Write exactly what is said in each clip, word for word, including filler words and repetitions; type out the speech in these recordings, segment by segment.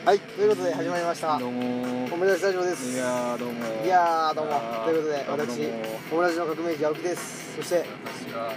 はい、ということで始まりました。 どうもオムライススタジオです。 いやーどうもいやーどうもいやーということでどうも私オムライスの革命児青木です。そして私はあの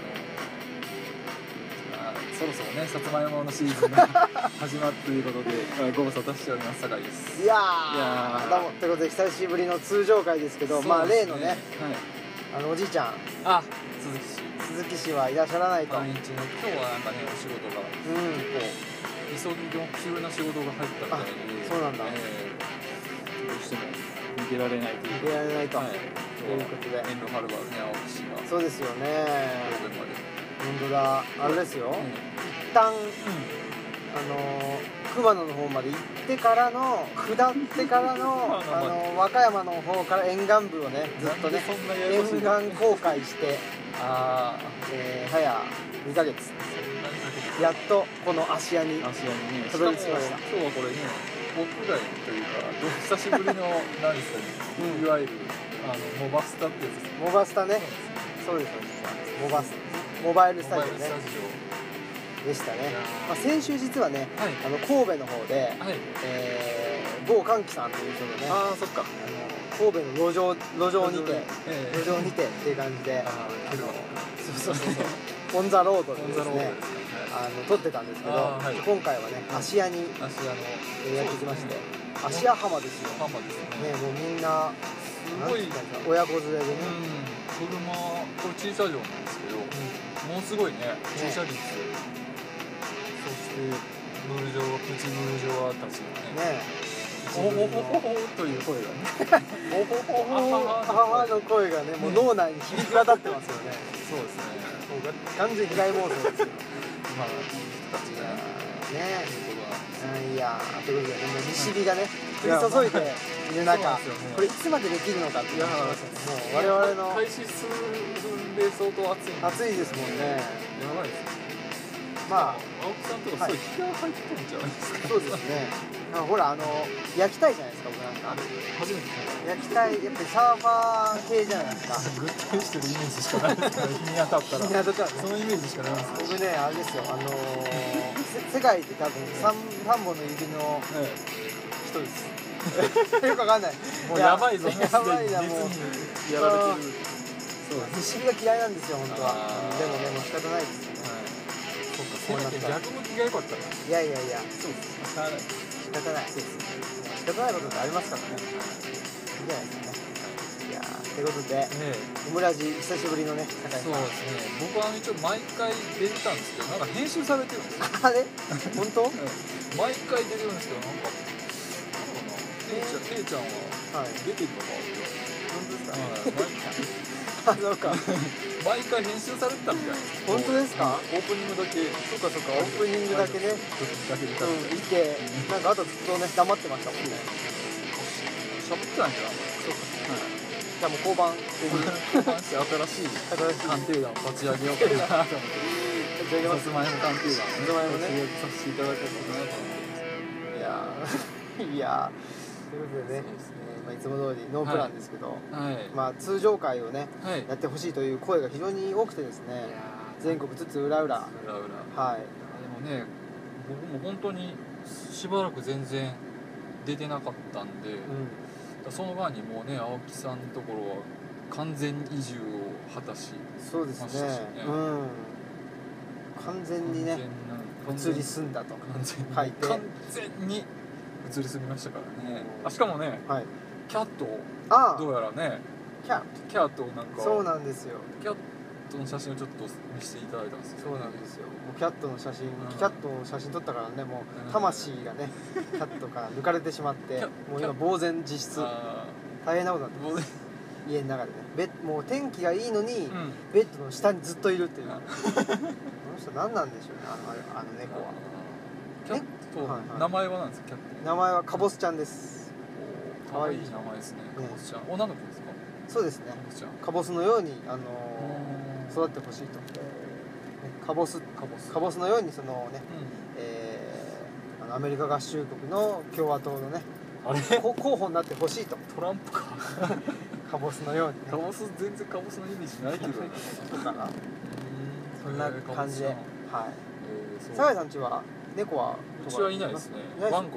あそろそろねさつまいものシーズンが始まっていることでご無沙汰しております酒井です。 いやーいやーどうもということで久しぶりの通常会ですけど、 そうですねまあ例のね、 はい、 あのおじいちゃんあ鈴木氏鈴木氏はいらっしゃらないと。 毎日の今日はなんかねお仕事がうん結構急ぎの急な仕事が入ったみたいで、 そうなんだ、 えー、どうしても抜けられないという抜けられないと、 はい、 ということで遠路はるばるね青木氏がそうですよね。 神戸まで本当だ、あれですよ、 うん一旦あの熊野の方まで行ってからの下ってからのあの和歌山の方から沿岸部をねずっとねなんでそんなやや沿こしい岸航海してあえー、早にかげつあやっとこの芦屋に芦屋にねたどり着きました。 今日はこれね屋外というか久しぶりの何ですかね、 うん、 いわゆるあのモバスタってやつですね。 モバスタね、そうですモバスモバイルスタジオねでしたね。まあ、先週実はね、 はい、 あの神戸の方で、 はい、 えー、某歓喜さんという人のね、 ああそっか、 あの神戸の路上路上にて、 えー、 路上にてっていう感じで、 ああのそうそうそうそうオンザロードでですね、あの撮ってたんですけど、はい、今回はね芦屋に芦屋のやってきまして、芦屋浜ですよ。 浜ですね。 ね、もうみんなすごい親子連れでね、 うん、車これ駐車場なんですけど、うん、もうすごいね駐車率、ね、そしてブルジョワプチブルジョワたちがね、ねおほほほほという声がねおほほほ母の声がねもう脳内に響き渡ってますよね。 そうですね。 もう完全被害妄想ですよ。 まあ人たちがね、いやーということで、もう西日がね降り注いでいる中、これいつまでできるのかっていう話ですよ。もう我々の開始数分で相当暑い暑いですもんね。 やばいですね。 まあ青木さんとかすごい気が入ってるんじゃないですか。 そうですね。ほらあの焼きたいじゃないですか僕なんか。 初めて焼きたいやっぱりサーファー系じゃないですか。 グッとしてるイメージしかないですから日に当たったら。 日に当たったらね。そのイメージしかないです。 僕ねあれですよあのー、世界で多分三三本の指の人です。よくわかんない。 もうやばいぞ。 やばいなもう。 やられてる。 そう西日が嫌いなんですよ本当は。でもねもう仕方ないですよね。 そうかそうなったら逆向きが良かったな。 いやいやいやそうです。仕方ない。 仕方ない。そうです。仕方ないことってありますからね。いいじゃないですかね。いやーということで、オムラジ久しぶりのね酒井さん。 そうですね。僕は一応毎回出てたんですけどなんか編集されてるんですよ。 あれ本当？ 毎回出てるんですけどなんか。ていちゃんは出てるのか本当ですか？あ、そうか。 毎回編集されてたみたいな。 本当ですか？ オープニングだけ。 そうかそうか。オープニングだけね。うん、いて、なんかあとずっとね黙ってましたもんね。 喋ってたんじゃない？そうか。 じゃあもう交番交番して新しい鑑定団を立ち上げようかなと思って。 立ち上げます。 さつまいも鑑定団。 さつまいもね。 させていただこうかなと思って。 いやーいやー。ということでね、えーまあ、いつも通りノープランですけど、はい、まあ、通常会をね、はい、やってほしいという声が非常に多くてですね、全国津々浦々、はい、 でもね僕も本当にしばらく全然出てなかったんで、うん、その間にもうね青木さんのところは完全移住を果たしそうですね、うん、完全にね移り住んだと書いて完全に移り住みましたからね。あしかもね、はい、キャットをどうやらねキャットキャットをなんかそうなんですよ。 キャットの写真をちょっと見せていただいたんですよ、ね、 そうなんですよ。もうキャットの写真、うん、キャットの写真撮ったからねもう魂がねキャットから抜かれてしまってもう今呆然自失大変なことになってます家の中でねベもう天気がいいのに、うん、ベッドの下にずっといるっていうこの人何なんでしょうねあの、あの猫は。 キャット、はいはい、名前は何ですか？キャット名前はカボスちゃんです。 かわいい名前ですね。カボスちゃん、ね、女の子ですか？ そうですね。カボスのように、あのー、育ってほしいと。カボスカボスカボスのようにそのね、うん、えー、あのアメリカ合衆国の共和党のねあれ候補になってほしいと。 トランプかカボスのように、ね、 カボス全然カボスのイメージないけどそうかな。そんな感じで、はい。酒井さんちは猫はうちはいないですね。ワンコ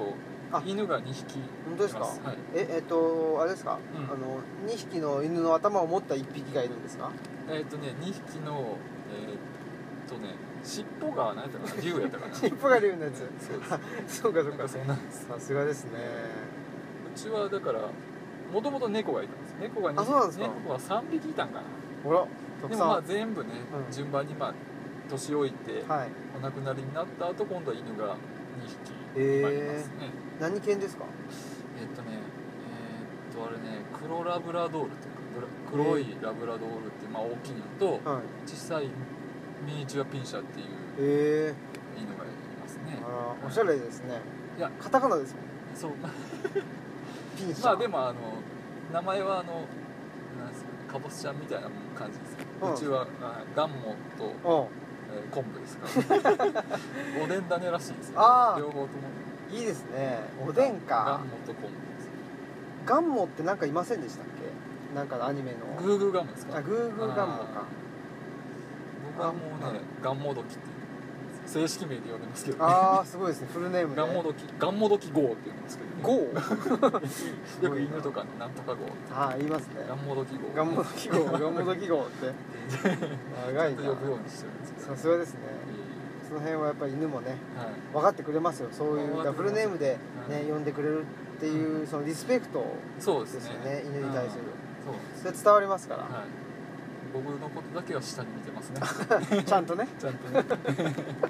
犬がにひき。 本当ですか？ はい、 ええっとあれですか、 うん、 あのにひきの犬の頭を持ったいっぴきがいるんですか？ えっとねにひきのえー、っとね尻尾が何やったかな、竜やったかな尻尾が竜のやつそうですそうかそうか、 なんかそんなんです。 さすがですね。 うちはだからもともと猫がいたんです。猫がにひき、 あ、そうなんですか。 猫はさんびきいたんかな。 ほらでもまあ全部ね、 うん、 順番にまあ年老いて、 はい、 お亡くなりになった後今度は犬がにひきえー、 生まれますね。 何犬ですか？ えっとねえー、っとあれね黒ラブラドールっていうか黒いラブラドールっていう、まあ大きいのと、はい、小さいミニチュアピンシャっていうえ犬がいますね。 あらおしゃれですね。 いやカタカナですもん。 そうピンシャ。 まあでもあの名前はあのなんですかね、かぼすちゃんみたいな感じです。うん、うちはガンモと、えー、昆布ですからおでん種らしいですよ、ね、 あ両方ともいいですね。おでんか。 ガンモと昆布です。 ガンモってなんかいませんでしたっけ？なんかアニメのグーグーガンモですか？ あ、グーグーガンモか。 僕はもうねガンモドキっていう正式名で呼んでますけど、ね、 ああすごいですね、フルネームで。 ガンモドキガンモドキゴーって言うんですけど、ね、 ゴーよく犬とかなんとかゴーああ言いますね。 ガンモドキゴーガンモドキゴーガンモドキゴーって長いな。 呼ぶようにしてるんですけど、 さすがですね。その辺はやっぱり犬もね、はい、分かってくれますよ。そういうフルネームでね、呼んでくれるっていうそのリスペクトですよね、そうですね、犬に対する。そうそれ伝わりますから、はい、 僕のことだけは下に見てますねちゃんとねちゃんとねそういやな、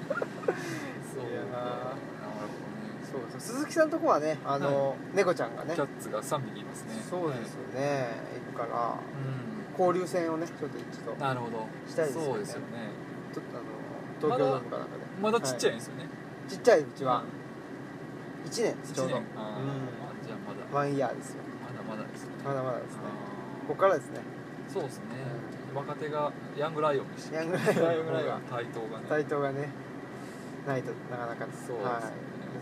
そうそう、鈴木さんのとこはね、あの、はい、猫ちゃんがね、 キャッツがさんびきいますね。 そうですよね、いるから、うん、交流戦をねちょっと一度なるほどしたいですよね。 そうですよね。 ちょっとあの東京ドームかなんかでまだちっちゃいんですよね、はい、 ちっちゃいうちは、うん、いちねんですちょうど。 あ、うん、じゃあまだワンイヤーですよ。 まだまだですね。 まだまだですね。ここからですね。 そうですね、うん、若手がヤングライオンにしてヤングライオンが対等がね対等がねないとなかなかそうですね、はい、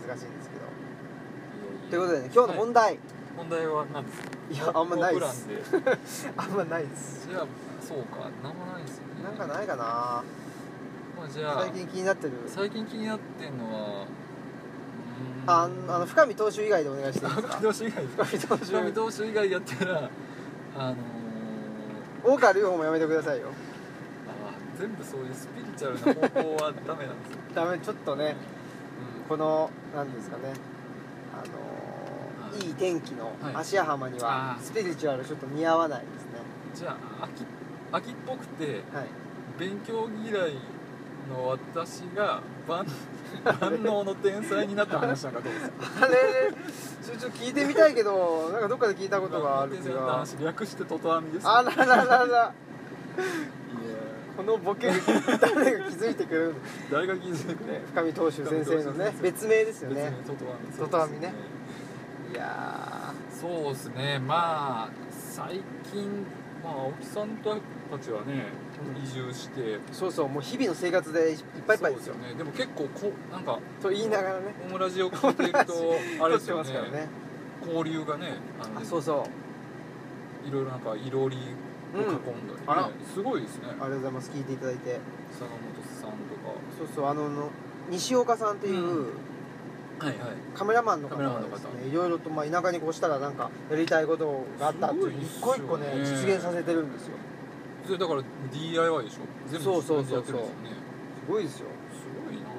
難しいんですけど。ということでね、今日の本題、はい、 問題は何ですか？ いや、あんまないです。あんまないです。 じゃあそうか、何もないですよね。 なんかないかな。 まあ、じゃあ最近気になってる最近気になってんのはああの深見投手以外でお願いしていいですか？ 深見投手以外深見投手深見投手以外やったらあのー、 大川隆法もやめてくださいよ。 あ全部そういうスピリチュアルな方法はダメなんですよダメ、ちょっとね、うん、この何ですかね、あのーはい、いい天気の芦屋浜にはスピリチュアルちょっと似合わないですね。 じゃあ秋秋っぽくて、はい、勉強嫌いの私が万万能の天才になった話なんかどうですか？ あれちょっと聞いてみたいけど、なんかどっかで聞いたことがある気が。 話略してトトアミです、ね、 あららららこのボケ誰が気づいてくれるの？ 誰が気づいてくれる？ 深見投手先生のね別名ですよね。 トトアミ、 トトアミね。いやそうですね。まあ最近まあ青木さんたちはね、うん、移住して、 そうそう、もう日々の生活でいっぱいいっぱいですよ。 そうですよね。でも結構こなんかと言いながらね、 オムラジオ聞いてるとあれですよね、 ね、 交流がね、 あのそうそういろいろなんかいろりを囲んだり、ね、うん、あらすごいですね。 ありがとうございます。聞いていただいて。 佐野本さんとか、 そうそう、あのの西岡さんっていう、うん、はいはい、カメラマンの方がですね、いろいろとまあ田舎に越したらなんかやりたいことがあったっていう一個一個ね実現させてるんですよ。 それだから ディーアイワイ でしょ。全部自分でやってるんですよね。 すごいですよ。 すごいな。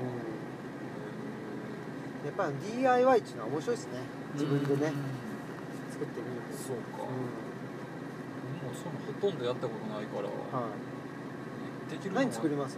うん、やっぱり ディーアイワイ っていうのは面白いですね。自分でね作ってみると。 そうか。うん、もうそのほとんどやったことないから。はい。できるのは。 何作ります？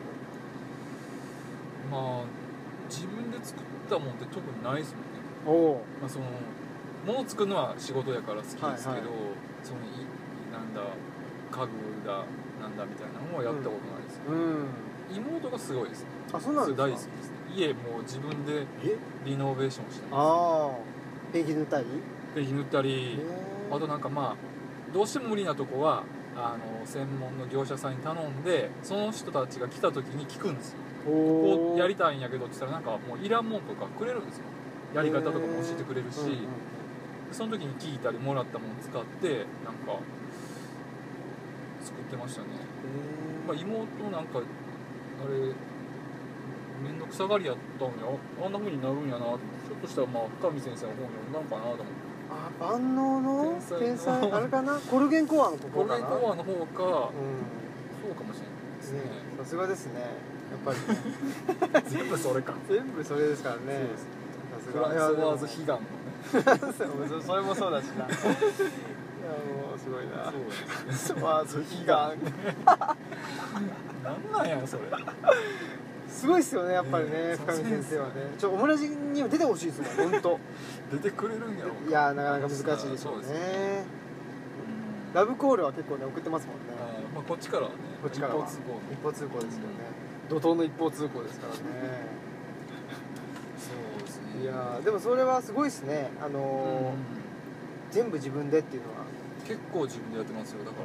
まあ自分で作ったもんって特にないですもんね。 おお。 まあその物を作るのは仕事やから好きですけど、はいはい、そのいなんだ家具だなんだみたいなのはやったことないですね。うん、妹がすごいですね。 あ、そうなんですか。 大好きですね。家もう自分でリノベーションしてます。 ああ。ペンキ塗ったり？ ペンキ塗ったり、あとなんかまあどうしても無理なとこはあの専門の業者さんに頼んで、その人たちが来た時に聞くんですよ。ここやりたいんやけどって言ったらなんかもういらんもんとかくれるんですよ。やり方とかも教えてくれるし、うんうん、その時に聞いたりもらったものを使ってなんか作ってましたね。まあ、妹なんかあれ面倒くさがりやったのにあんな風になるんやな。ひょっとしたらまあ深見先生の本読んだんかなと思って。 あ、万能の天才あれかな、コルゲンコアのここかな。 コルゲンコアの方か、うん、そうかもしれないですね。 さすがですね、やっぱり、ね、 全部それか。 全部それですからね。さすが。 フランソワーズ悲願のね。それもそうだしな。いやもうすごいな。フランソワーズ悲願。 なんなんやそれ。 すごいっすよね、やっぱりね、深見先生はね。ちょオムラジにも出てほしいですもん、本当。 出てくれるんやろ。 いやなかなか難しいですよね。ラブコールは結構ね送ってますもんね。 まあこっちからはね、 こっちからは一方通行、 一方通行ですよね。怒涛の一方通行ですからね。 そうですね。 いやでもそれはすごいですね。あの全部自分でっていうのは。 結構自分でやってますよ。だから、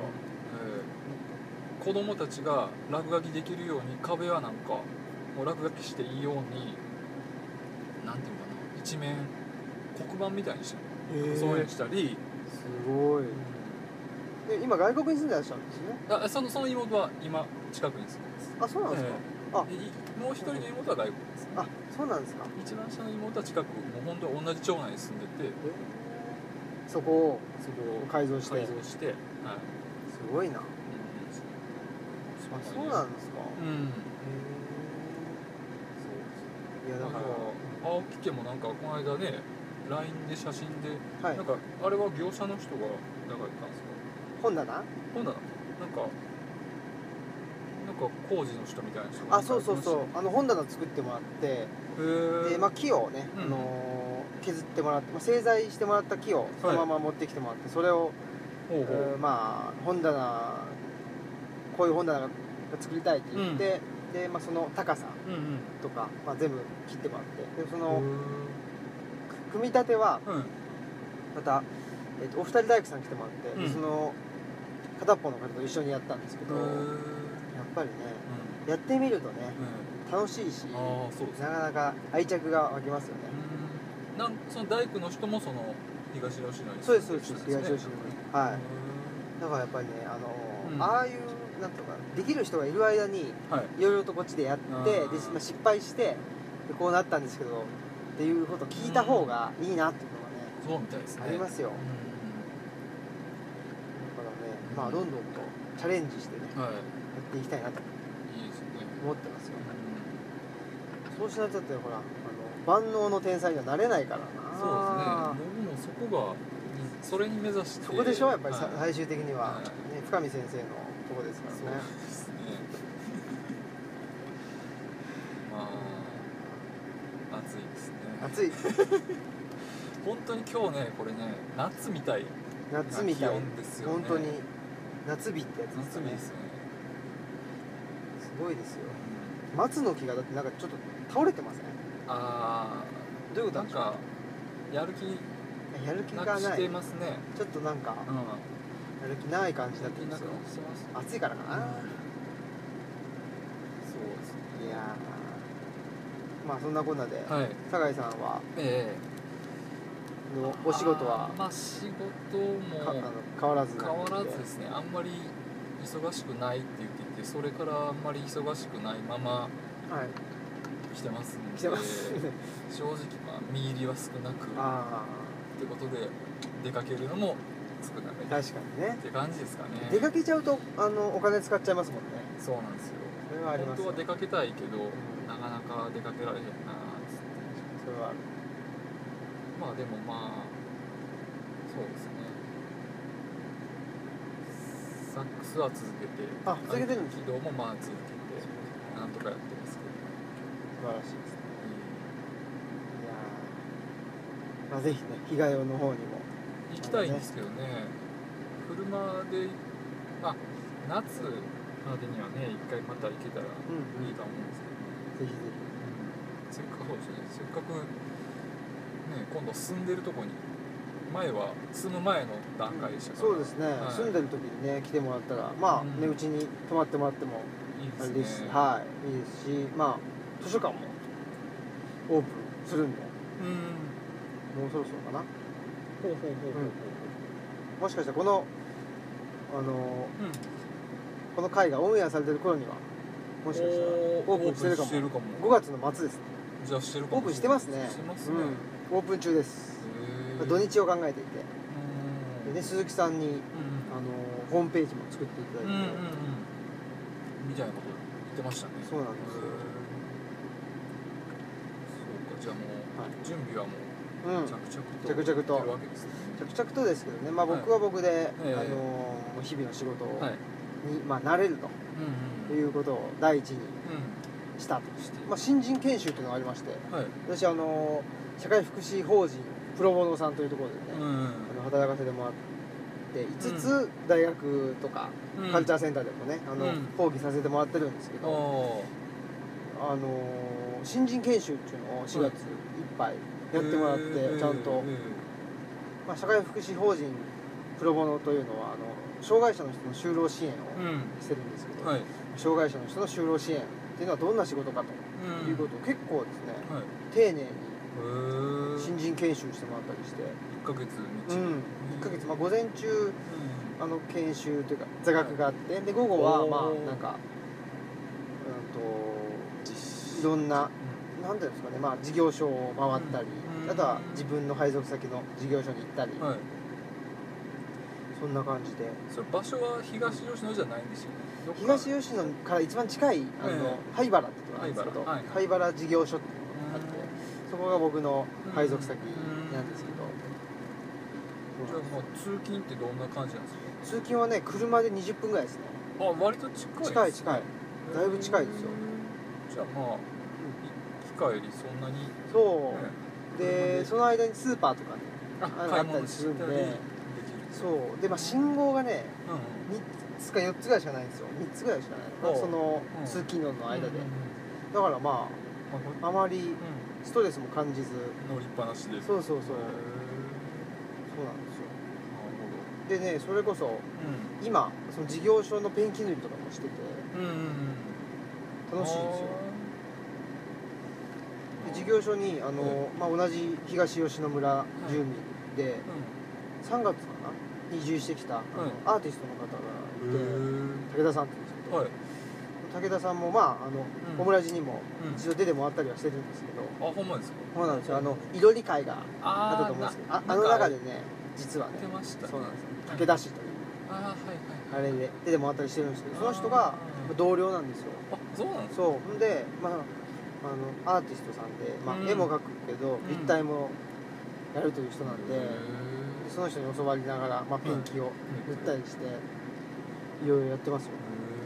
子供たちが落書きできるように壁はなんかもう落書きしていいように、なんていうかな、一面黒板みたいにしてる、そういうにしたり。 すごい。で今外国に住んでらっしゃるんですね。 あ、そのその妹は今近くに住んでます。 あ、そうなんですか。あ、 もう一人の妹は外国です。 あ、そうなんですか。 一番下の妹は近く、もう本当同じ町内に住んでて、 そこをそこを改造して改造して、はい。 すごいな。あ、そうなんですか。 うん。 いやだから青木家もなんかこの間ね ライン で写真で、はい、なんかあれは業者の人がなんか言ったんですか。 本棚本棚なんかなんか工事の人みたいな人があ、そうそうそう、あの本棚作ってもらって、で、まあ、木をね、うん、あのー、削ってもらって、まあ、製材してもらった木をそのまま持ってきてもらって、はい、それをほうほう、えー、まあ本棚こういう本棚が作りたいって言って、うん、で、まあ、その高さとか、うんうん、まあ、全部切ってもらってでその組み立てはまた、えー、とお二人大工さん来てもらって、うん、でその片っぽの方と一緒にやったんですけどやっぱりね、うん、やってみるとね、うん、楽しいし、なかなか愛着が湧きますよね。 なんその大工の人もその東吉野にそうですそうです東吉野に、はい、だからやっぱりねあの、うん、ああいうなんとかできる人がいる間に、はい、いろいろとこっちでやってで、まあ、失敗してでこうなったんですけどっていうことを聞いた方がいいなっていうのがね、 うん、そうみたいですね、 ありますよ、うん、だからね、まあどんどんとチャレンジしてね、はい、やっていきたいなと思ってますよ、うん、そうしないとだってほらあの万能の天才にはなれないからな。 そうですね、僕もそこがそれに目指してそこでしょやっぱり、はい、最終的には、はい、ね、深見先生のとこですからね。 そうですねまあ暑いですね。 暑い本当に今日ねこれね夏みたい夏みたい気温ですよね。 本当に夏日ってやつですね。 夏日ですね。 すごいですよ、うん、松の木がだってなんかちょっと倒れてません？ ああどういうことなんかやる気やる気がないしてますね。 ちょっとなんか、うん、やる気ない感じだったんですよ。暑いからかな、うん、そうですね。 いやまあそんなこんなで、はい、酒井さんは、 ええ、のお仕事はまあ仕事もあの変わらず変わらずですね。あんまり忙しくないって言っていてそれからあんまり忙しくないまま、はい、来てますんで、 来てますね、 正直まあ見入りは少なくあってことで出かけるのも少なめ確かにねって感じですかね。 出かけちゃうとあのお金使っちゃいますもんね。 そうなんですよ。 それはありますよ。 本当は出かけたいけど、うん、なかなか出かけられへんなーって。 それはある。 まあでもまあそうですね。サックスは続けてあ続けてるんです軌道もまあ続けてなんとかやってますけど素晴らしいですね。いやまあぜひね日帰りの方にも行きたいんですけどね。車であ夏までにはね一回また行けたらいいと思うんですけど、ね、 ぜひぜひ、 うん、せっかくそうですねせっかくね今度住んでるとこに前は住む前の段階でしたから、 うん、そうですね、はい、住んでる時にね来てもらったらまあ、うん、ねうちに泊まってもらってもいいですね。 はいいいですしまあ図書館もオープンするんで、うん、もうそろそろかな。ほうほうほうほうほう、うん、もしかしたらこのあのーうん、この回がオンエアされてる頃にはもしかしたらオープンしてるかも。 してるかも。 ごがつの末ですね。 じゃあしてるかも。 オープンしてますね。 してますね、 うん、オープン中です。土日を考えていて、でね、鈴木さんに、うん、あのホームページも作っていただいて、うんうんうん、 みたいなこと言ってましたね。 そうなんですよ。 そうか、じゃあもう、はい、準備はもう、うん、着々と着々とやってるわけですね。 着々とですけどね、まあ、僕は僕で、はい、あの日々の仕事に、はい、まあ、慣れると、うんうん、いうことを第一にしたと、うん、まあ、新人研修というのがありまして、はい、私あの社会福祉法人プロボノさんというところでね、うんうん、あの働かせてもらっていつつ大学とか、うん、カルチャーセンターでもねあの、うん、講義させてもらってるんですけど、あの新人研修っていうのをしがついっぱいやってもらって、うん、ちゃんと、まあ、社会福祉法人プロボノというのはあの障害者の人の就労支援をしてるんですけど、うん、はい、障害者の人の就労支援っていうのはどんな仕事かということを結構ですね、はい、丁寧に新人研修してもらったりしていっかげつみっちり、うん、いっかげつ、まあ、午前中、うん、あの研修というか座学があって、はい、で午後はまあなんかうんといろんな、うん、なんていうんですかね、まあ、事業所を回ったり、うん、あとは自分の配属先の事業所に行ったり、はい、そんな感じで。 それ場所は東吉野じゃないんですよね。 東吉野から一番近いあの、えー、灰原ってところなんですけど、はい、灰原事業所っていうのがあって、そこが僕の配属先なんですけど、 じゃあまあ通勤ってどんな感じなんですか？ 通勤はね車でにじゅっぷんぐらいですね。 あ、割と近いですね。 近い近い、だいぶ近いですよ。 じゃあまあ、うん、行き帰りそんなにそう、ね、でその間にスーパーとかね あ, あったりするんで、そうで、まあ、信号がね、うん、みっつかよっつぐらいしかないんですよ。みっつぐらいしかないの、その、うん、通勤路の間で、うんうんうん、だからまああまりストレスも感じず乗りっぱなしで、 そうそうそう、そうなんですよ。でね、それこそ、うん、今その事業所のペンキ塗りとかもしてて、うんうんうん、楽しいですよ。で事業所にあの、うん、まあ、同じ東吉野村住民で、うん、さんがつかなに移住してきた、うん、アーティストの方がいて、武田さんって言うんですけど、はい、武田さんもまああの、うん、オムラジにも一度出てもらったりはしてるんですけど、 うん、あ、ほんまですか？ そうなんですよ。あのいろり会があったと思うんですけど、あ, あの中でね実はね、 出ましたね、 そうなんですよ、武田氏という、あ、はいはい、あれで出てもらったりしてるんですけど、その人が同僚なんですよ。 あ、そうなんですか？ そう。で、まあ、あのアーティストさんで、まあ、うん、絵も描くけど立体もやるという人なんで、うん、その人に教わりながら、まあ、ペンキを塗ったりして、うん、いろいろやってますよ。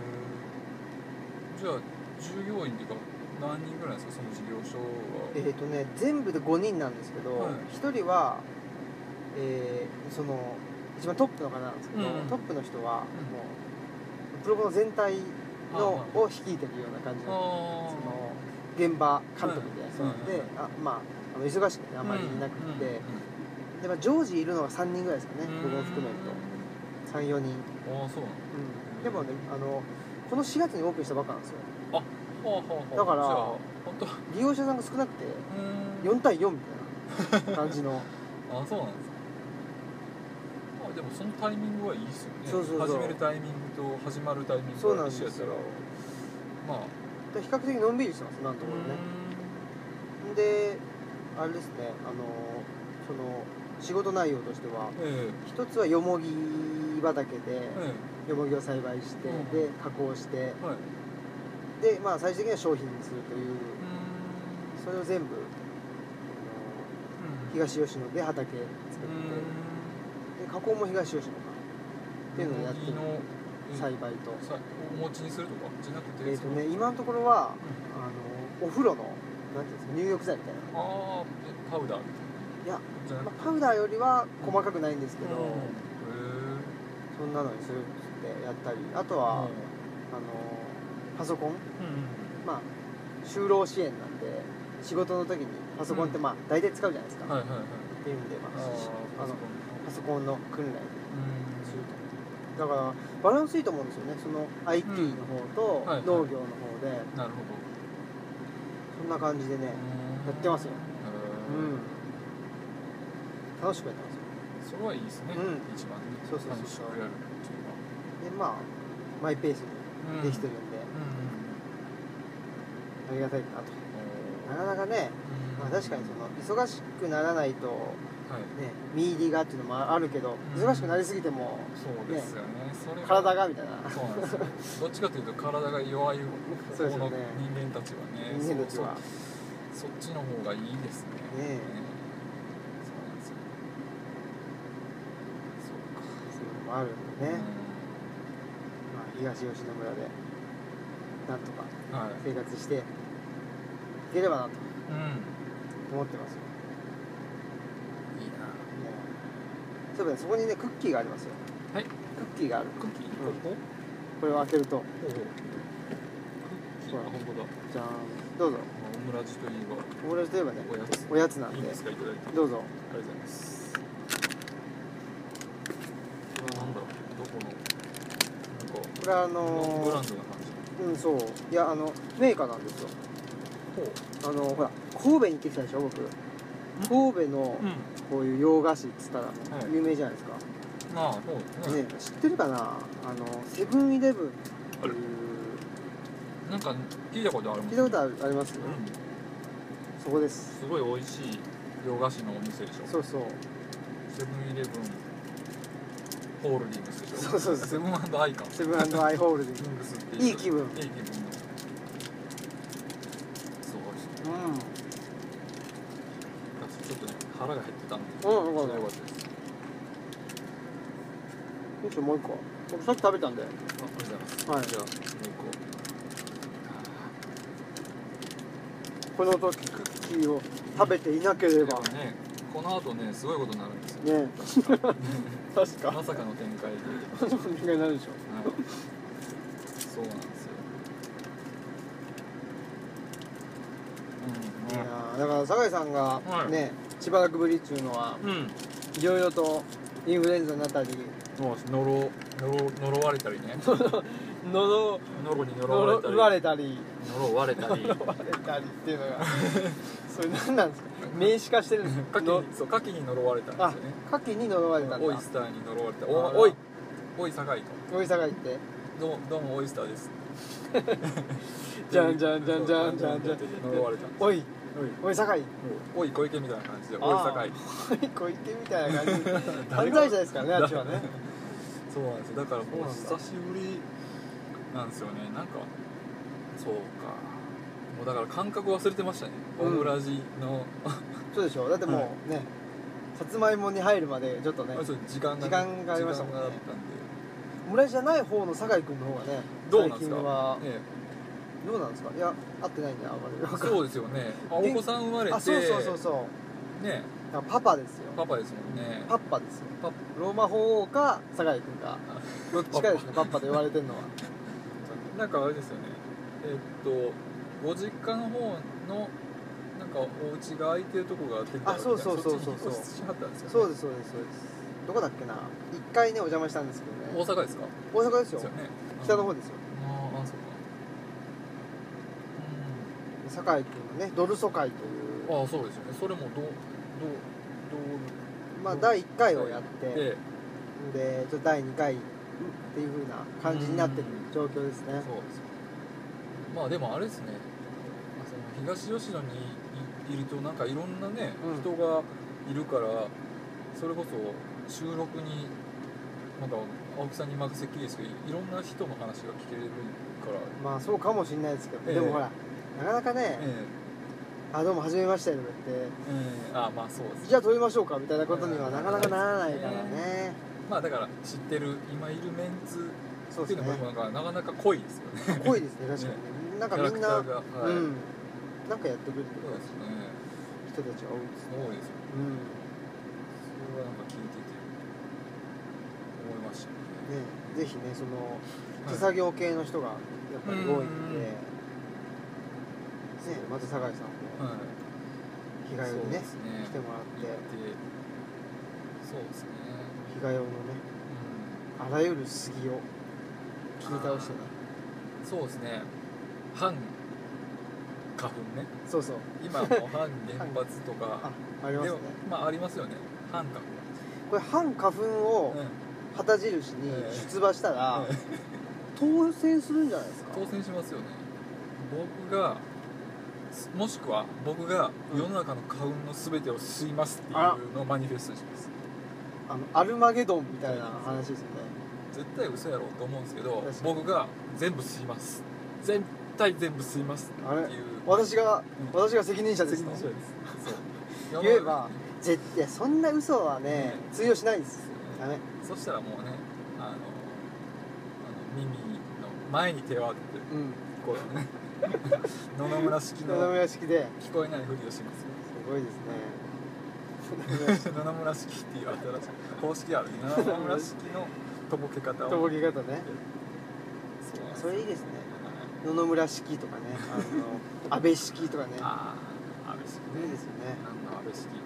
じゃあ従業員っていうか何人ぐらいですか、その事業所は？ えっとね全部でごにんなんですけど、はい、ひとりは、えー、その一番トップの方なんですけど、うん、トップの人は、うん、もうプロボノ全体のを率いてるような感じの、その現場監督みたいな人なんで、あ、まあ、あの忙しくてあんまりいなくて、で、まあ、常時いるのがさんにんぐらいですかね、僕も含めるとさん、よにん。 ああ、そうなん、 うん、でもね、あのこのしがつにオープンしたばっかなんですよ。 あ、はあはあはあ、 だから本当利用者さんが少なくてよんたいよんみたいな感じのあ、そうなんですか。あ、でもそのタイミングはいいですよね。 そうそうそう、 始めるタイミングと始まるタイミングが一緒やったら、まあ比較的のんびりしてます、今のところね。で、あれですね、あのその仕事内容としては、ええ、一つはよもぎ畑で、ええ、よもぎを栽培して、うん、で加工して、はい、で、まあ、最終的には商品にするという、それを全部、あの東吉野で畑作って、で加工も東吉野かっていうのをやってる。栽培とお餅にするとかじゃなくて、 えーとね、今のところは、うん、あのお風呂のなんていうんですか、入浴剤みたいな、 ああ、パウダーみたいな、 いや、まあ、パウダーよりは細かくないんですけど、うん、へそんなのにするってやったり、あとは、うん、あのパソコン、うん、まあ就労支援なんで仕事の時にパソコンってまあ大体使うじゃないですか、うん、はいはいはい、っていうんで、まあ、あのパソコンの訓練すると。だからバランスいいと思うんですよね、その アイティー の方と農業の方で、うん、はいはい、なるほど、そんな感じでねやってますよ。うん、楽しくやってますよ。 それはいいですね、うん、一番ね、 そうそうそう、 楽しくやるっていうのは。 で、まあマイペースにできてるんで、うんうんうん、 ありがたいかなと。なかなかね、まあ、確かにその忙しくならないと、ね、身入りがっていうのもあるけど、忙しくなりすぎても、 そうですよね、それ体がみたいな。 そうなんですよ。どっちかというと体が弱い方の人間たちはね、 人間たちはそっちの方がいいですね。 ねえ、 そうなんですよ。そうか。 そういうのもあるんでね。まあ東吉野村でなんとか生活していければなと思ってますよ。 いいな。 そういえばそこにねクッキーがありますよ。 はい。 クッキーがある。 クッキー？ここ？ これを開けると。 ほうほう。クッキー。あ、本当だ。 じゃん。どうぞ。 オムラジといえば。 オムラジといえばね。 おやつ。 おやつなんで。 いいですか、いただいて。 どうぞ。 ありがとうございます。これはなんだろう。どこの。なんか。 これはあのー。 ブランドな感じ。 うん、そう。いや、あのメーカーなんですよ。 ほう。 あのほら神戸に行ってきたでしょ僕。神戸のこういう洋菓子っつったら有名じゃないですか。 まあそうですね。 ね、知ってるかな、あのセブンイレブンっていう。 なんか聞いたことあるもん。 聞いたことあります、うん、そこです。 すごい美味しい洋菓子のお店でしょ。そうそう。 セブンイレブンホールディングスでしょ。 そうそうそう。 セブン&アイか。 セブン&アイホールディングスっていう。いい気分。いい気分の。 そうです。 うん。 ちょっとね腹が減ってたんで。 うん、よかったです。 よいしょ、もう一個。僕さっき食べたんで。あ、 ありがとうございます。はい。じゃあもう一個。この時クッキーを食べていなければ。 ね、この後ねすごいことになるんですよ。 ね。確か。 まさかの展開で。 まさかの展開になるでしょ。 はい。そうなんですよ。 いやだから酒井さんがね、はい、しばらくぶりっていうのは、うん、いろいろとインフルエンザになったり、 もう呪呪われたりね呪呪に呪われたり呪われたり呪われたりっていうのがそれ何なんですか。名詞化してるんですか。 そう、牡蠣に呪われたんですよね。 牡蠣に呪われたんだ。 オイスターに呪われた。おおいおい酒井と。 おい酒井ってどうもどうもオイスターですじゃんじゃんじゃんじゃんじゃんじゃん呪われた。 おいおい酒井、 おい小池みたいな感じでおい酒井、 おい小池みたいな感じで犯罪者ですからね、あっちはね。 そうなんですよ。だからもう久しぶりなんですよね。なんかそうか、もうだから感覚忘れてましたね、オムラジの。 そうでしょ。だってもうね、さつまいもに入るまでちょっとね時間が時間がありましたもんね。オムラジじゃない方の酒井君の方がね、 どうなんですか。 どうなんですか。いや、会ってないんであんまり。 そうですよね。お子さん生まれて、 あ、そうそうそうそうね、パパですよ。 パパですもんね。 パッパですよ。ローマ法王か酒井君かどっちかですね。パッパと言われてるのは。 なんかあれですよね、えー、っとご実家の方のなんかお家が空いてるとこがあってたら、 あ、そうそうそうそうそう、そうですそうですそうです。どこだっけな、一回ねお邪魔したんですけどね。 大阪ですか。 大阪ですよ、北の方ですよ。 ああ、そうか。 酒井君のね、ドル疎開という。 ああ、そうですよね。それもどうどうどうまあだいいっかいをやって、でちょっとだいにかいっていう風な感じになってる状況ですね。 そうです。まあでもあれですね、その東吉野にいるとなんかいろんなね、うん、人がいるから、それこそ収録になんか青木さんに任せっきりですけど、いろんな人の話が聞けるから。まあそうかもしれないですけど、えー、でもほらなかなかね、えー、あどうも初めましてとか言って、 えー、あまあそうです、ね、 じゃあ撮りましょうかみたいなことにはなかなかならないからね。 えー、まあだから知ってる今いるメンツっていうのもなんかなかなか濃いですよね。 濃いですね、確かにね。なんかみんな、はい、うん、なんかやってくれてる人たちが多いですね。 多いですよね。うん。それはなんか聞いてて思いましたね。 ね、ぜひね、その手作業系の人がやっぱり多いんで、ね、また酒井さんも日帰りにね、来てもらって、 そうですね。 日帰りのね、あらゆる杉を切り倒してね。 そうですね。反花粉ね。 そうそう。 今も反原発とかあ、ありますね。 まあありますよね。反花粉。 これ反花粉を旗印に出馬したら当選するんじゃないですか。 当選しますよね。僕がもしくは僕が世の中の花粉の全てを吸いますっていうのをマニフェストします。 あのアルマゲドンみたいな話ですよね。 絶対嘘やろうと思うんですけど、僕が全部吸います、絶対全部吸いますっていう。 私が、うん、私が責任者ですと。 責任者です。 そう言えば絶対そんな嘘はね、うん、通用しないです。ダメ。 そしたらもうね、あのあの耳の前に手を当てて、うん、こうね野々村式の野々村式で聞こえないふりをします。 すごいですね。野々村式っていう新しい公式ある。野々村式のとぼけ方を。 とぼけ方ね。それいいですね。野々村式とかね、あの安倍式とかね。 ああ、安倍式ね。 いいですよね。 なんの安倍式。いや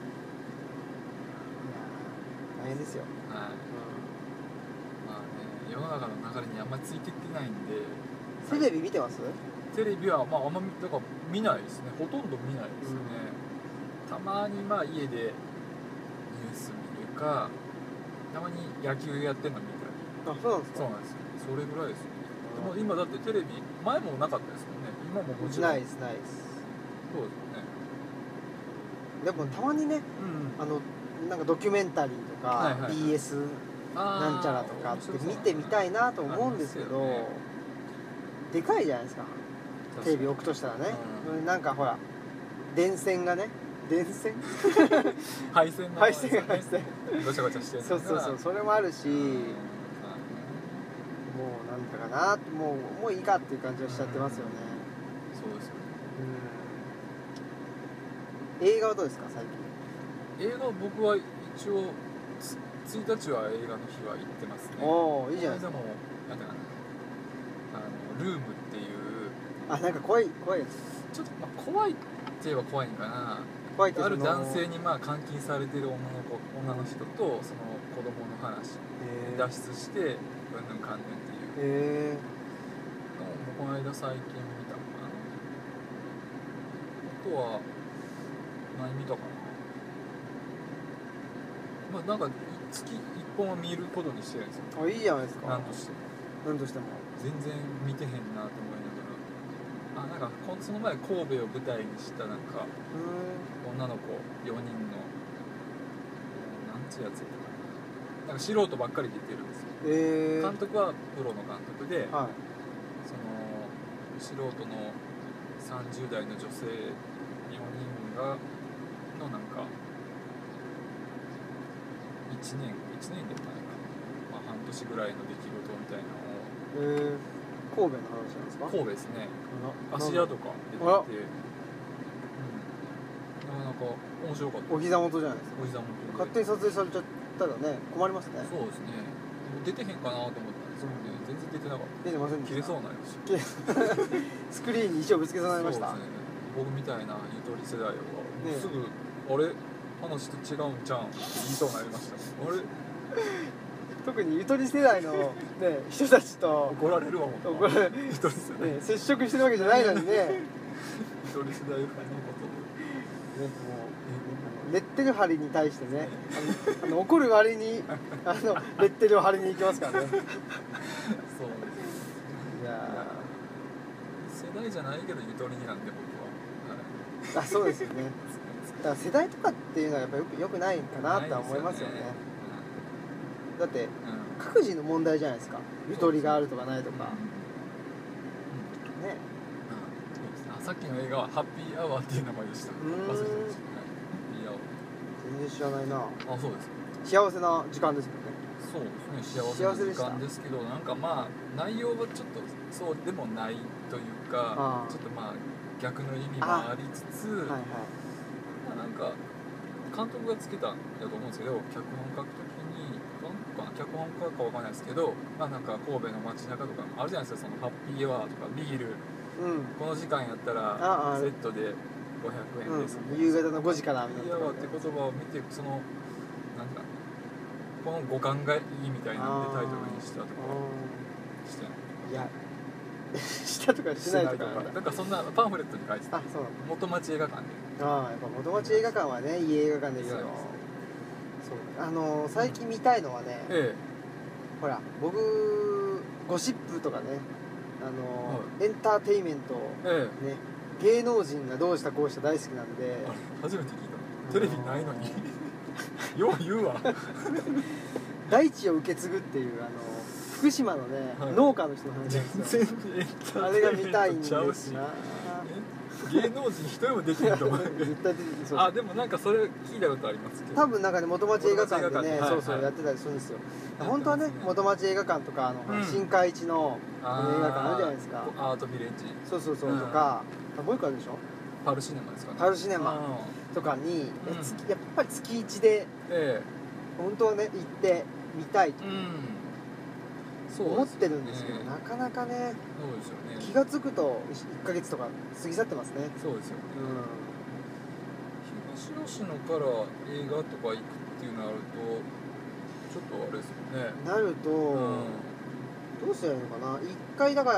大変ですよ。 はい。うん、まあね、世の中の流れにあんまりついていってないんで。 テレビ見てます？ テレビはまああんまりだから見ないですね。ほとんど見ないですね。うん、たまにまあ家でニュース見るか、たまに野球やってんの見たり。 あ、そうなんですか。 そうなんですよ。それぐらいですね。でも今だってテレビ前もなかったですもんね。今ももちろんないですないです。 そうですよね。 でもたまにね、うん、あのなんかドキュメンタリーとか、はいはいはい、ビーエス なんちゃらとかって見てみたいなと思うんですけど、ね、でかいじゃないですか。テレビ置くとしたらね、うん、なんかほら電線がね、電線配線の配線配線ごちゃごちゃしてる。 そうそうそう、それもあるし、もうなんだかな、もうもういいかっていう感じはしちゃってますよね。 そうですよね。 うん。映画はどうですか最近？映画僕は一応ついたちは映画の日は行ってますね。 おお、いいじゃないですか。 でもなんだかな、あのルームっていう、 あ、なんか怖い怖いやつ。 ちょっとまあ怖いって言えば怖いんかな。 怖いって、 ある男性にまあ監禁されてる女の子女の人とその子供の話脱出してうんぬんかんぬんっていう。へえ。この間最近見たのかな。あとは何見たかな。まあなんか月いっぽんは見ることにしてるんですよ。 あ、いいじゃないですか。 なんとしてもなんとしても全然見てへんなと思いながら、あ、なんかその前神戸を舞台にしたなんか女の子よにんのなんつうやつやったかな、なんか素人ばっかり出てるんですよ。えー、監督はプロの監督で、はい、その素人のさんじゅう代の女性よにんがのなんかいちねんいちねんでもないか、まあ、半年ぐらいの出来事みたいなのを。 えー、神戸の話なんですか？ 神戸ですね。芦屋とか出てて、うん、なかなか面白かった。 お膝元じゃないですか。 お膝元で勝手に撮影されちゃったらね困りますね。 そうですね。出てへんかなと思ったんですけどね、うん、全然出てなかった。 出てませんでした。 切れそうになりました。 スクリーンに石をぶつけそうになりました。 そうですね。僕みたいなゆとり世代は、ね、すぐあれ話と違うんちゃうんって言いそうになりました。あれ特にゆとり世代の、ね、人たちと怒られるわ、もん。怒られる、ゆとり世代、 ね、接触してるわけじゃないのにね。 ゆとり世代のこと、ね、もうレッテル貼りに対してね、あのあの怒る割にあのレッテルを貼りに行きますからね。そうです。いや世代じゃないけどゆとりなんで僕は、はい、あ、そうですよね。だから世代とかっていうのはやっぱよくよくないかなって思いますよね。だって、うん、各自の問題じゃないですか。ゆとりがあるとかないとか、うんうん、ね、 うん、さっきの映画はハッピーアワーっていう名前でした。忘れてました。ハッピーアワー全然知らないな。 あ、そうですか。 幸せな時間ですよね。 そうですね、幸せな時間ですけど、なんかまあ内容はちょっとそうでもないというか、ちょっとまあ逆の意味もありつつ、はいはい、まあなんか監督がつけたんだと思うんですけど、脚本書くときに脚本家かわかんないですけど、まあなんか神戸の街中とかあるじゃないですか、そのハッピーアワーとかビール、うん、この時間やったらセットでごひゃくえんです、 うん、夕方のごじからみたいな。 ハッピーアワーって言葉を見て、そのなんかこの五感がいいみたいなんでタイトルにしたとかしてない。いやしたとかしないとかなんかそんなパンフレットに書いてた。あ、そうなの。元町映画館で。 ああ、やっぱ元町映画館はね、いい映画館ですよ。そう、あのー、最近見たいのはね、ええ、ほら僕ゴシップとかね、あのーはい、エンターテインメントをね、ええ、 芸能人がどうしたこうした大好きなんで。 あれ初めて聞いた。テレビないのによう言うわ大地を受け継ぐっていうあの福島のね、はい、農家の人の話なんですよ。あれが見たいんですな。 芸能人一人もできると思う絶対出てきそう。あ、でもなんかそれ聞いたことありますけど、 多分なんかね元町映画館でね、 はい、 そうそうやってたりするんですよ。本当はね元町映画館とかあの、うん、新海地の映画館あるじゃないですか。 アートビレッジ、 そうそうそう、うん、とかもう一個あるでしょ。 パルシネマですかね。 パルシネマとかに、うん、やっぱり月一で、ええ、本当はね行ってみたいと、うん、そう思ってるんですけど、ね、なかなかね、そうですよね、気が付くといっかげつとか過ぎ去ってますね。 そうですよね、うん、東吉野から映画とか行くっていうのがあるとちょっとあれですよね。 なると、うん、どうしたらいいのかな。一回だから、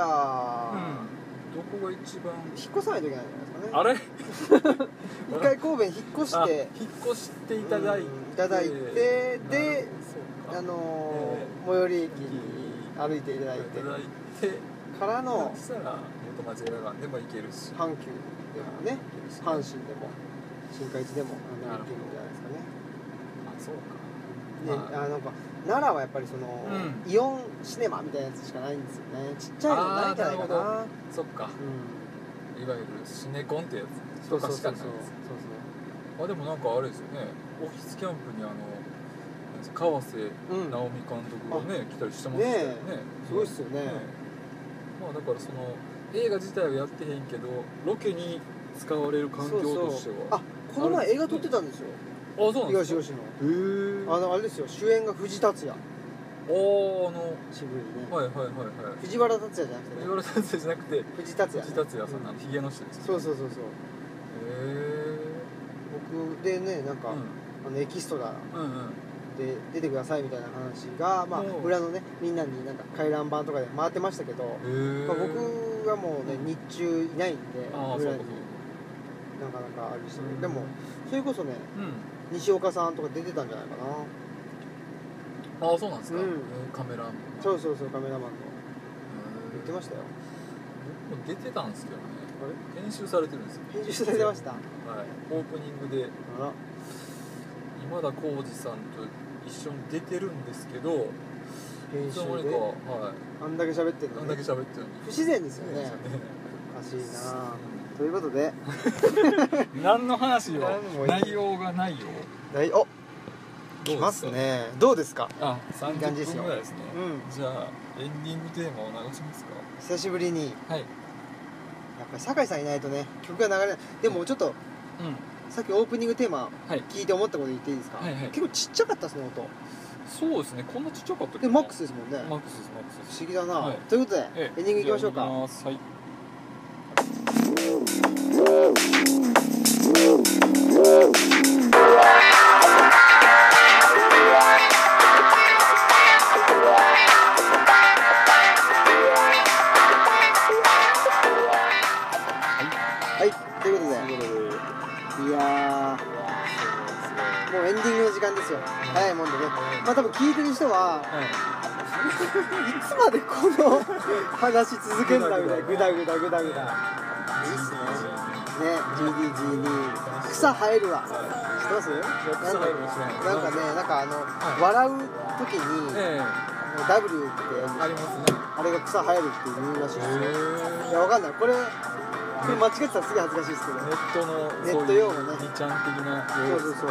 うんどこが一番引っ越さないといけないじゃないですかね。あれ一回神戸に引っ越して引っ越していただいて、うん、いただいてで、あのー、最寄り駅に歩いていただいてからのそしたら元町映画館でも行けるし、 阪急でもね、阪神でも新海地でも行けるんじゃないですかね。 あ、そうか。 で、まあ、あなんか奈良はやっぱりその、うん、イオンシネマみたいなやつしかないんですよね。ちっちゃいのないんじゃないかな。 そっか、うん、いわゆるシネコンってやつとかしかないです。そうそうそう。あ、でもなんかあれですよね、オフィスキャンプにあの川瀬直美監督がね、うん、来たりしてましたよね。 すごいっすよね。ね、 まあだからその映画自体はやってへんけどロケに使われる環境としては、 そうそう、あ、この前映画撮ってたんですよ。 あ、そうなんですか。 東吉野。へえ。あのあれですよ、主演が藤達也。 おお、あの渋いね。 はいはいはいはい。 藤原達也じゃなくて、ね、 藤原達也じゃなくて藤達也、 ね、藤達也さんの、うん、ヒゲの人ですね。 そうそうそうそう。へえ。 僕でね、なんか、うん、あのエキストラで出てくださいみたいな話が、まあ裏のねみんなになんか回覧板とかで回ってましたけど、まあ、僕はもうね日中いないんで裏になかなかあれでしたけど、でもそれこそね、うん、西岡さんとか出てたんじゃないかな。 ああ、そうなんですか、うん、カメラマン。 そうそうそう、カメラマンの言ってましたよ。 僕も出てたんですけどね。あれ編集されてるんですよ。 編集されてました。はい、 オープニングで今田耕司さんと一緒に出てるんですけど、 編集で、はい、あんだけ喋ってるの、ね、 あんだけ喋ってるのに不自然ですよね。おかしいな。ということで何の話よ、内容がないよ。 お来ますね。どうですか。 あ、さんじゅっぷんぐらいですね。 うん、 じゃあエンディングテーマを流しますか。 久しぶりに、 はい、 やっぱり酒井さんいないとね曲が流れない。でもちょっと、うん、さっきオープニングテーマ聞いて思ったこと言っていいですか。はいはい、結構ちっちゃかったその音。 そうですね、こんなちっちゃかったっけ。 でマックスですもんね。 マックスですマックスです。 不思議だな、はい、ということで、ええ、エンディングいきましょうか。 はい。 はい、ということで、いやー、もうエンディングの時間ですよ。早いもんでね。まあ多分聞いてる人は、いつまでこの話続けるんだみたいな、グダグダグダグダ。いいっすね。ね、ジーディージーディー 草生えるわ。知ってます？なんかね、なんかあの笑う時に W ってありますね。 あれが草生えるっていうらしいですよ。いや、わかんない。これこれ間違ってたらすげえ恥ずかしいですけど、 ネットのネット用語ね、 にちゃん的な。 そうそうそう、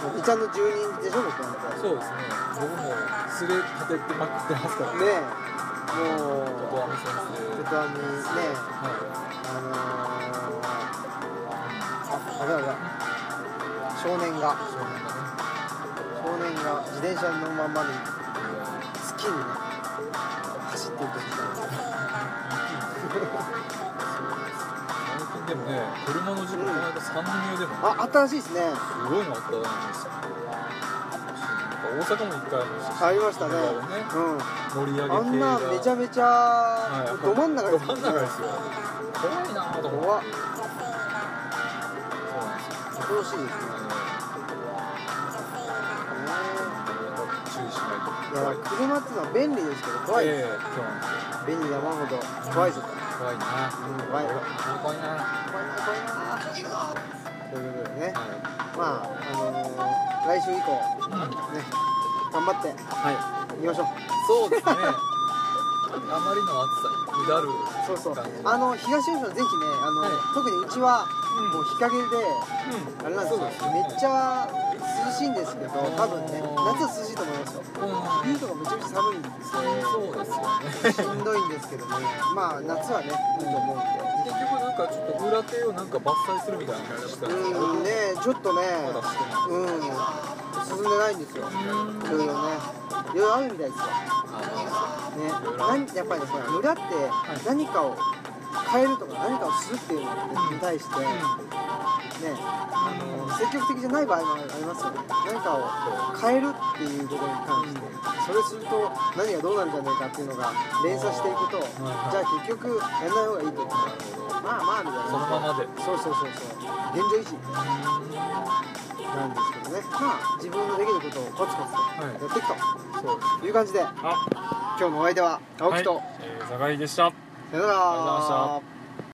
にちゃんの住人でしょ、僕なんて。 そうですね、僕もすれ立ててまくってますからね。もうことわみ先生、 ことわみね、はい、あのー、あ、あれあれ少年が少年がね少年が自転車のままに好きにね走っていくみたいなでもね、車の事故、この間さんにんめでも、ね、 あ、あったらしいですね。 すごいのあったんですよ。大阪も一回ありましたし、 ありましたね。うん。 盛り上げ系があんなめちゃめちゃ、はい、ど真ん中ですよ。 ど真ん中ですよ。怖いなぁと思って。 怖っ。 そうなんですよ。 恐ろしいですね。 注意しないと。 いや、車っていうのは便利ですけど怖いですよ。 えー、そうなんですよ。 便利なものほど怖いぞと。 怖いな。 怖い怖いな。 怖いな怖いなということでね、まああのー、来週以降ね頑張っていきましょう。 そうですね。あまりの暑さにうだる。 そうそう。あの東吉野ぜひね、あの、はい、特にうちはもう日陰で、うん、あれなんですよ。めっちゃ涼しいんですけど、多分ね夏は涼しいと思いますよ。冬とかめちゃめちゃ寒いんですよ。 そうですよね。 しんどいんですけどね。まあ夏はねいいと思うんで。 結局なんかちょっと裏手をなんか伐採するみたいな感じだったんですけど。 うんねちょっとね、うん進んでないんですよ。いろいろねいろいろあるみたいですよ。ね、なんやっぱりね、ほら村って何かを変えるとか何かをするっていうのに対して、ね、あの積極的じゃない場合もありますよね。何かを変えるっていうことに関してそれすると何がどうなるんじゃないかっていうのが連鎖していくと、じゃあ結局やらない方がいいというか、まあまあみたいな、 そのままでそうそうそうそう現状維持なんですけどね、まあ自分のできることをコツコツとやっていくと、はい、いう感じで今日のお相手は青木と、 はい、えー、坂井でした。 さよなら。 ありがとうございました。